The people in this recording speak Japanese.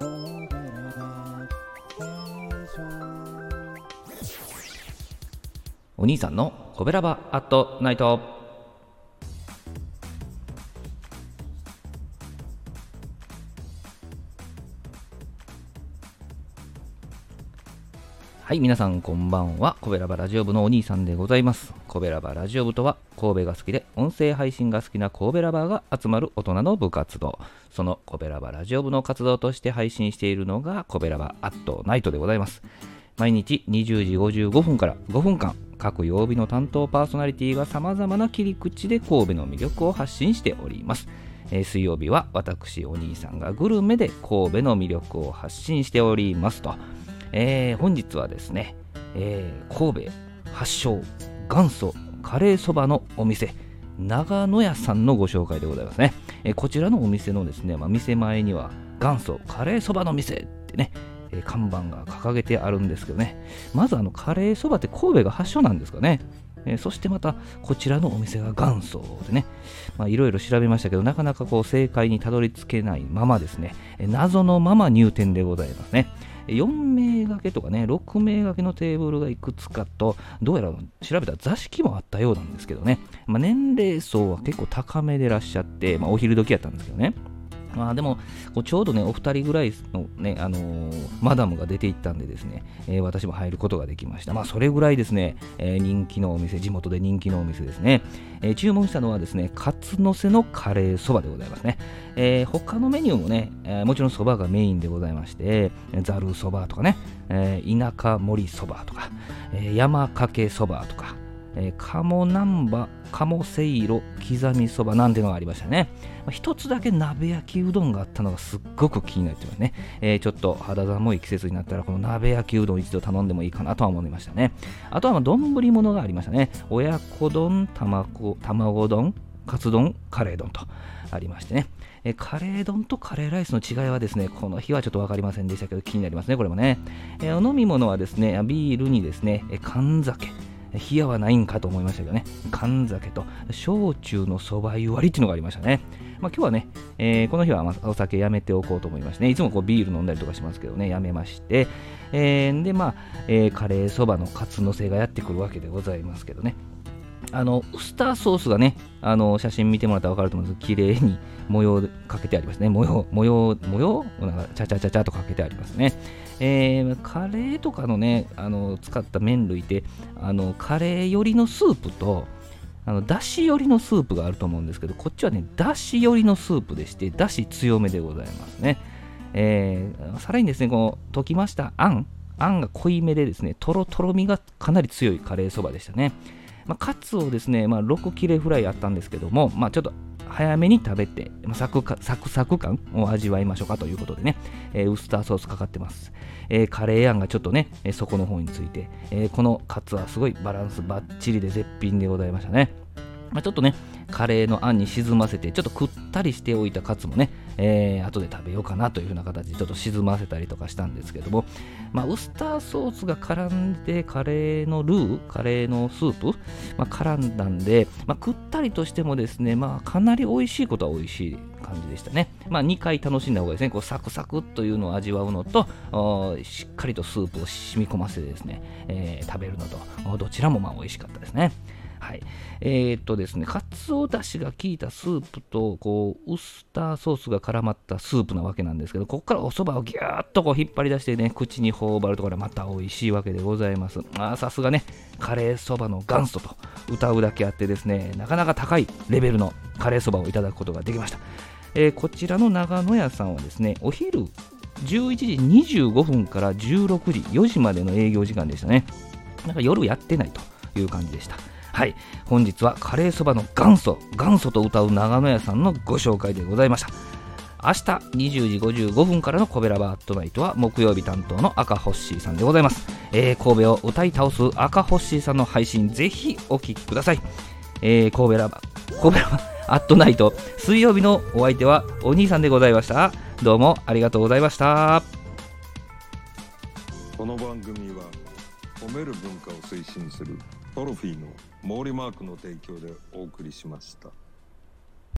お兄さんのコベラバアットナイト。はい、皆さんこんばんは。コベラバラジオ部のお兄さんでございます。コベラバラジオ部とは、神戸が好きで音声配信が好きな神戸ラバーが集まる大人の部活動。そのコベラバラジオ部の活動として配信しているのがコベラバアットナイトでございます。毎日20時55分から5分間、各曜日の担当パーソナリティが様々な切り口で神戸の魅力を発信しております。水曜日は私お兄さんがグルメで神戸の魅力を発信しておりますと。本日はですね、神戸発祥元祖カレーそばのお店長野屋さんのご紹介でございますね。こちらのお店のですね、店前には元祖カレーそばの店ってね、看板が掲げてあるんですけどね、まずカレーそばって神戸が発祥なんですかね。そしてまたこちらのお店が元祖でね、いろいろ調べましたけど、なかなか正解にたどり着けないままですね、謎のまま入店でございますね。4名掛けとかね、6名掛けのテーブルがいくつかと、どうやら調べたら座敷もあったようなんですけどね、年齢層は結構高めでいらっしゃって、お昼時やったんですけどね。でもちょうどねお二人ぐらいのね、マダムが出ていったんでですね、私も入ることができました。それぐらいですね、人気のお店、地元で人気のお店ですね。注文したのはですね、カツのせのカレーそばでございますね。他のメニューもね、もちろんそばがメインでございまして、ざるそばとかね、田舎盛りそばとか、山かけそばとか、鴨南蛮、鴨せいろ、刻みそばなんていうのがありましたね。一つだけ鍋焼きうどんがあったのがすっごく気になってますね。ちょっと肌寒い季節になったらこの鍋焼きうどん一度頼んでもいいかなとは思いましたね。あとは丼物がありましたね。親子丼、卵丼、カツ丼、カレー丼とありましてね。カレー丼とカレーライスの違いはですね、この日はちょっと分かりませんでしたけど気になりますね、これもね。お飲み物はですね、ビールにですね、燗酒、冷やはないんかと思いましたけどね、燗酒と焼酎のそば湯割りっていうのがありましたね。今日はね、この日はお酒やめておこうと思いましてね、いつもビール飲んだりとかしますけどね、やめまして、でカレーそばのカツのせがやってくるわけでございますけどね、ウスターソースがね、写真見てもらったら分かると思うんですけど、綺麗に模様かけてありますね。模様なんかチャチャチャチャとかけてありますね。カレーとかのね、使った麺類で、カレー寄りのスープと、だし寄りのスープがあると思うんですけど、こっちはね、だし寄りのスープでして、だし強めでございますね。さらにですね、溶きましたあんが濃いめでですね、とろとろみがかなり強いカレーそばでしたね。カツをですね、6切れフライあったんですけども、ちょっと早めに食べて、サクサク感を味わいましょうかということでね、ウスターソースかかってます。カレーあんがちょっとね、底の方について、このカツはすごいバランスバッチリで絶品でございましたね。ちょっとね、カレーのあんに沈ませて、ちょっとくったりしておいたカツもね、後で食べようかなという風な形でちょっと沈ませたりとかしたんですけども、ウスターソースが絡んでカレーのルー、カレーのスープ、絡んだんで、くったりとしてもですね、かなり美味しいことは美味しい感じでしたね。2回楽しんだ方がいいですね。サクサクというのを味わうのと、しっかりとスープを染み込ませてですね、食べるのと、どちらも美味しかったですね。はい。ですね、かつおだしが効いたスープと、ウスターソースが絡まったスープなわけなんですけど、ここからお蕎麦をギューッと引っ張り出してね、口に頬張るところがまた美味しいわけでございます。さすがね、カレーそばの元祖と歌うだけあってですね、なかなか高いレベルのカレーそばをいただくことができました。こちらの長野屋さんはですね、お昼11時25分から16時、4時までの営業時間でしたね。なんか夜やってないという感じでした。はい、本日はカレーそばの元祖と歌う長野屋さんのご紹介でございました。明日20時55分からのコベラバアットナイトは木曜日担当の赤ホッシーさんでございます。神戸を歌い倒す赤ホッシーさんの配信ぜひお聞きください。コベラバアットナイト水曜日のお相手はお兄さんでございました。どうもありがとうございました。 この番組は褒める文化を推進するトロフィーの毛利マークの提供でお送りしました。